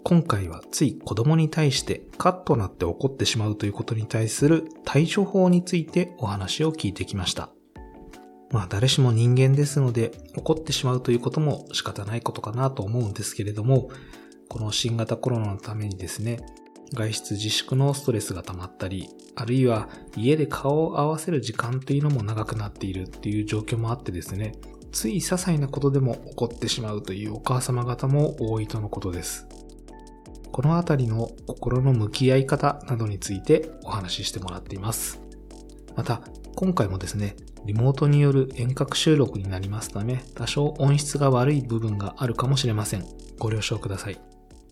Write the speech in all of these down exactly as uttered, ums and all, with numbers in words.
今回はつい子供に対してカッとなって怒ってしまうということに対する対処法についてお話を聞いてきました。まあ誰しも人間ですので怒ってしまうということも仕方ないことかなと思うんですけれども、この新型コロナのためにですね、外出自粛のストレスが溜まったり、あるいは家で顔を合わせる時間というのも長くなっているっていう状況もあってですね、つい些細なことでも怒ってしまうというお母様方も多いとのことです。このあたりの心の向き合い方などについてお話ししてもらっています。また、今回もですね、リモートによる遠隔収録になりますため、多少音質が悪い部分があるかもしれません。ご了承ください。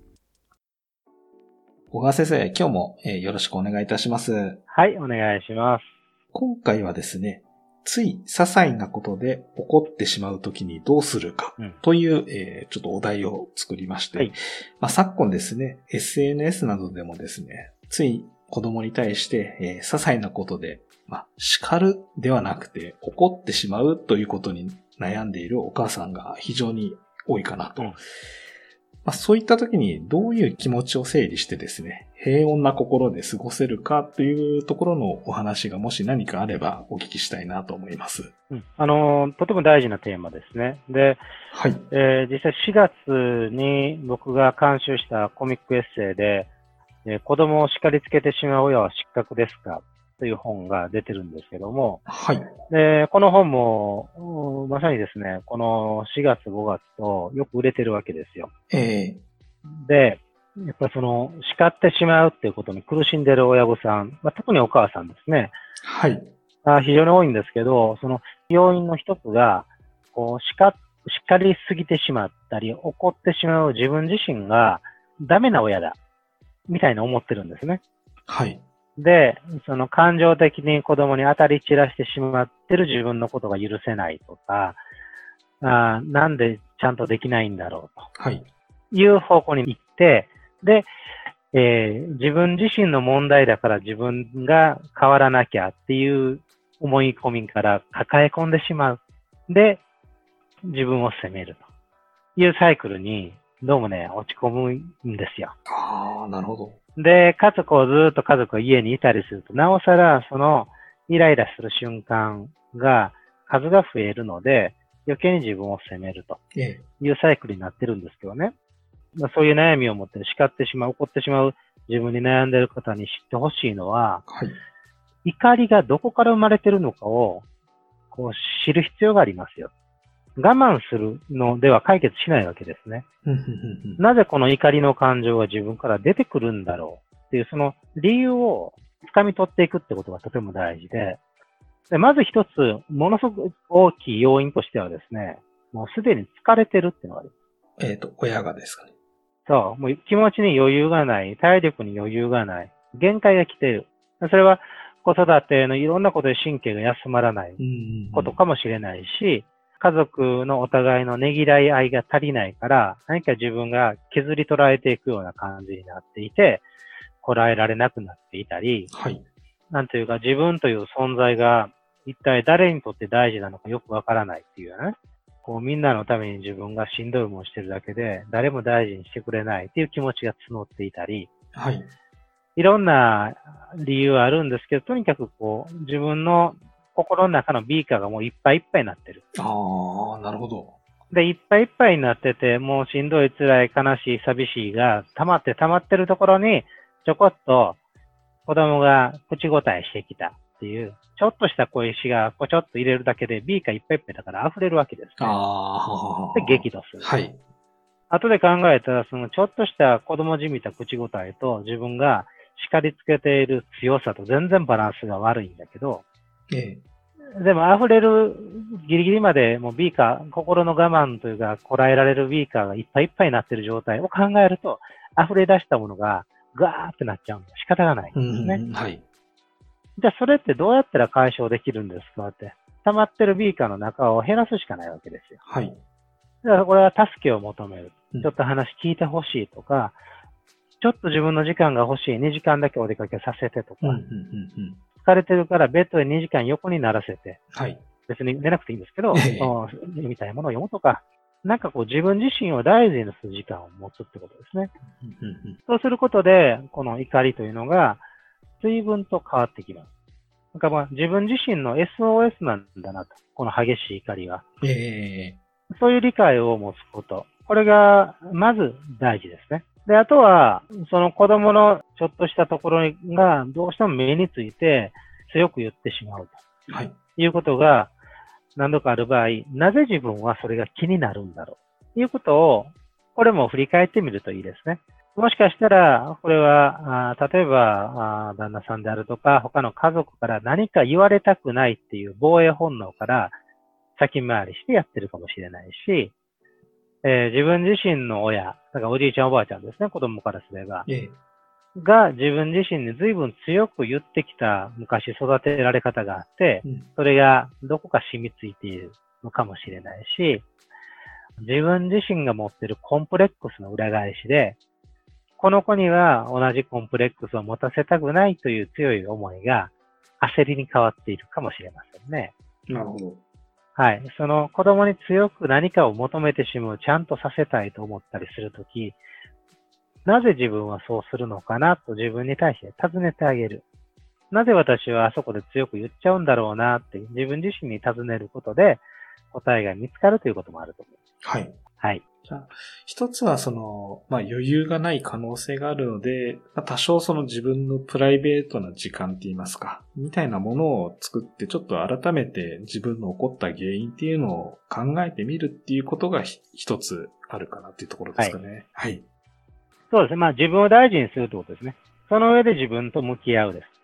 小川先生、今日もよろしくお願いいたします。 はい、お願いします。 今回はですね、つい些細なことで怒ってしまうときにどうするかという、うんえー、ちょっとお題を作りまして、はいまあ、昨今ですね、エスエヌエス などでもですね、つい子供に対して、えー、些細なことで、まあ、叱るではなくて怒ってしまうということに悩んでいるお母さんが非常に多いかなと。うんまあ、そういった時にどういう気持ちを整理してですね、平穏な心で過ごせるかというところのお話がもし何かあればお聞きしたいなと思います。 うん、あの、とても大事なテーマですね。で、はい。えー、実際しがつに僕が監修したコミックエッセイで、えー、子供を叱りつけてしまう親は失格ですかという本が出てるんですけども、はい。で、この本も、まさにですね、このしがつごがつとよく売れてるわけですよ。えー、で、やっぱりその叱ってしまうっていうことに苦しんでいる親御さん、まあ、特にお母さんですね。はい。あ非常に多いんですけど、その要因の一つが、こう叱、叱りすぎてしまったり、怒ってしまう自分自身がダメな親だ、みたいな思ってるんですね。はい。で、その感情的に子供に当たり散らしてしまってる自分のことが許せないとか、あなんでちゃんとできないんだろうと。はい。いう方向に行って、で、えー、自分自身の問題だから自分が変わらなきゃっていう思い込みから抱え込んでしまう。で、自分を責めるというサイクルにどうもね、落ち込むんですよ。 ああ、なるほど。 で、家族をずっと家族が家にいたりすると、なおさらそのイライラする瞬間が数が増えるので、余計に自分を責めるというサイクルになってるんですけどね。そういう悩みを持って叱ってしまう、怒ってしまう自分に悩んでいる方に知ってほしいのは、はい、怒りがどこから生まれているのかをこう知る必要がありますよ。我慢するのでは解決しないわけですね。なぜこの怒りの感情が自分から出てくるんだろうっていうその理由を掴み取っていくってことがとても大事で、でまず一つ、ものすごく大きい要因としてはですね、もうすでに疲れてるっていうのがあります。 えっと、親がですかね。 そう、もう気持ちに余裕がない、体力に余裕がない、限界が来ている。それは子育てのいろんなことで神経が休まらないことかもしれないし、家族のお互いのねぎらい合いが足りないから、何か自分が削り取られていくような感じになっていて、こらえられなくなっていたり、はい、なんというか自分という存在が一体誰にとって大事なのかよくわからないっていうね。こうみんなのために自分がしんどい思いをしてるだけで、誰も大事にしてくれないっていう気持ちが募っていたり、はい。いろんな理由はあるんですけど、とにかくこう、自分の心の中のビーカーがもういっぱいいっぱいになってる。 ああ、なるほど。 で、いっぱいいっぱいになってて、もうしんどい、辛い、悲しい、寂しいが溜まって溜まってるところに、ちょこっと子供が口答えしてきたっていう、ちょっとした小石がこちょっと入れるだけでビーカーいっぱいいっぱいだから溢れるわけです、ね。 ああ。 で、激怒する。 はい。 後で考えたら、そのちょっとした子供じみた口答えと自分が叱りつけている強さと全然バランスが悪いんだけど、ええ、でも溢れるギリギリまでもうビーカー、心の我慢というかこらえられるビーカーがいっぱいいっぱいになっている状態を考えると、溢れ出したものがガーってなっちゃうの仕方がないんですね。うんはい。じゃあそれってどうやったら解消できるんですかって。溜まってるビーカーの中を減らすしかないわけですよ。はい。だからこれは助けを求める。ちょっと話聞いてほしいとか、ちょっと自分の時間が欲しい。にじかんだけお出かけさせてとか、うんうんうんうん、疲れてるからベッドでにじかん横にならせて、はい、別に寝なくていいんですけど、ええ、みたいなものを読むとか、 なんかこう自分自身を大事にする時間を持つってことですね。そうすることで、この怒りというのが随分と変わってきます。なんかまあ自分自身の エスオーエス なんだなと。この激しい怒りは。 えー、そういう理解を持つこと。これがまず大事ですね。で、あとは、その子供のちょっとしたところがどうしても目について強く言ってしまうと。はい。いうことが何度かある場合、なぜ自分はそれが気になるんだろう。ということを、これも振り返ってみるといいですね。もしかしたら、これは、あ例えばあ、旦那さんであるとか、他の家族から何か言われたくないっていう防衛本能から先回りしてやってるかもしれないし、えー、自分自身の親、だからおじいちゃんおばあちゃんですね、子供からすれば。ええ、が自分自身に随分強く言ってきた昔育てられ方があって、うん、それがどこか染みついているのかもしれないし、自分自身が持っているコンプレックスの裏返しで、この子には同じコンプレックスを持たせたくないという強い思いが焦りに変わっているかもしれませんね。 なるほど。 はい。その子供に強く何かを求めてしまう、ちゃんとさせたいと思ったりするとき、なぜ自分はそうするのかなと自分に対して尋ねてあげる。なぜ私はあそこで強く言っちゃうんだろうなって自分自身に尋ねることで答えが見つかるということもあると思います。 はい。 はい。 じゃあ、一つはその、まあ余裕がない可能性があるので、まあ、多少その自分のプライベートな時間って言いますか、みたいなものを作って、ちょっと改めて自分の起こった原因っていうのを考えてみるっていうことが一つあるかなっていうところですかね。はい。はい、 そうですね。まあ自分を大事にするってことですね。その上で自分と向き合うです。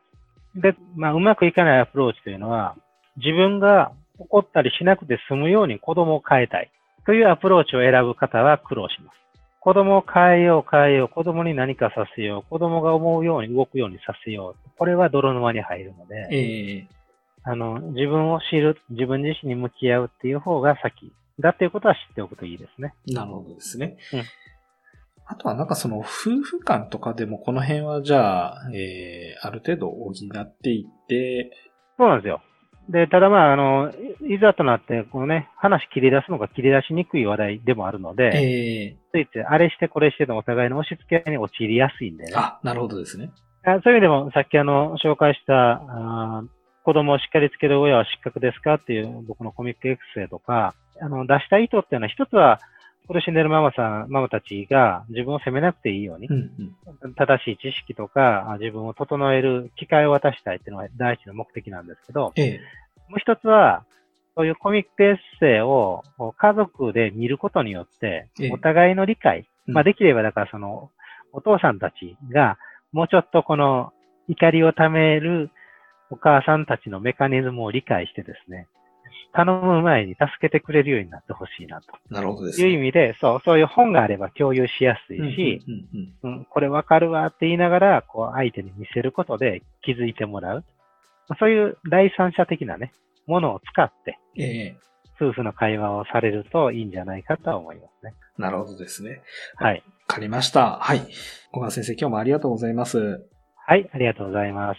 で、まあうまくいかないアプローチというのは、自分が怒ったりしなくて済むように子供を変えたい。というアプローチを選ぶ方は苦労します。子供を変えよう変えよう、子供に何かさせよう、子供が思うように動くようにさせよう。これは泥沼に入るので、えー、あの自分を知る、自分自身に向き合うっていう方が先だっていうことは知っておくといいですね。 なるほどですね。うん、あとはなんかその夫婦間とかでもこの辺はじゃあ、えー、ある程度補っていって、 そうなんですよ。で、ただまあ、あの、いざとなって、このね、話切り出すのが切り出しにくい話題でもあるので、えー、ついついあれしてこれしてのお互いの押し付け合いに陥りやすいんでね。 あ、なるほどですね。 そういう意味でも、さっきあの、紹介した、あ子供をしっかりつける親は失格ですかっていう僕のコミックエクセとか、あの、出した意図っていうのは一つは、苦しんでるママさん、ママたちが自分を責めなくていいように、うんうん、正しい知識とか自分を整える機会を渡したいっていうのが第一の目的なんですけど、ええ、もう一つは、そういうコミックエッセイを家族で見ることによって、お互いの理解、ええ、まあできればだからそのお父さんたちがもうちょっとこの怒りをためるお母さんたちのメカニズムを理解してですね、頼む前に助けてくれるようになってほしいなと。 なるほどですね。 いう意味で、そう、そういう本があれば共有しやすいし、うん、うんうん、これわかるわって言いながら、こう相手に見せることで気づいてもらう。そういう第三者的なね、ものを使って、えー、夫婦の会話をされるといいんじゃないかと思いますね。 なるほどですね。 はい。わかりました。はい。小川先生、今日もありがとうございます。 はい、ありがとうございます。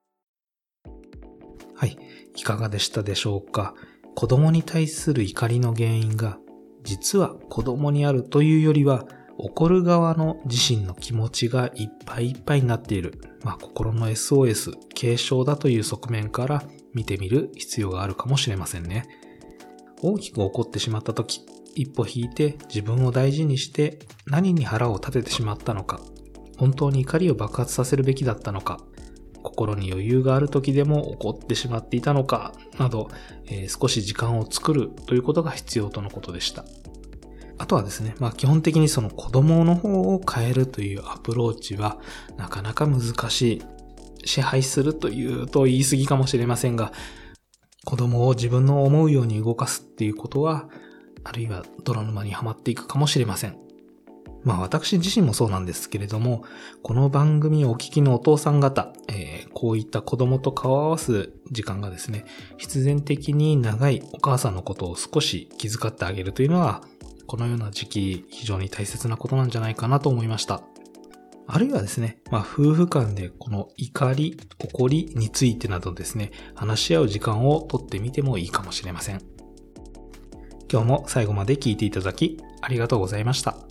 はい。いかがでしたでしょうか。子供に対する怒りの原因が実は子供にあるというよりは怒る側の自身の気持ちがいっぱいいっぱいになっている、まあ、心の エスオーエス 軽症だという側面から見てみる必要があるかもしれませんね。大きく怒ってしまったとき、一歩引いて自分を大事にして何に腹を立ててしまったのか、本当に怒りを爆発させるべきだったのか、心に余裕がある時でも怒ってしまっていたのかなど、えー、少し時間を作るということが必要とのことでした。あとはですね、まあ基本的にその子供の方を変えるというアプローチはなかなか難しい。支配するというと言い過ぎかもしれませんが、子供を自分の思うように動かすっていうことは、あるいは泥沼にはまっていくかもしれません。まあ私自身もそうなんですけれども、この番組をお聞きのお父さん方、えー、こういった子供と顔を合わす時間がですね、必然的に長いお母さんのことを少し気遣ってあげるというのは、このような時期非常に大切なことなんじゃないかなと思いました。あるいはですね、まあ夫婦間でこの怒り、怒りについてなどですね、話し合う時間をとってみてもいいかもしれません。 今日も最後まで聞いていただきありがとうございました。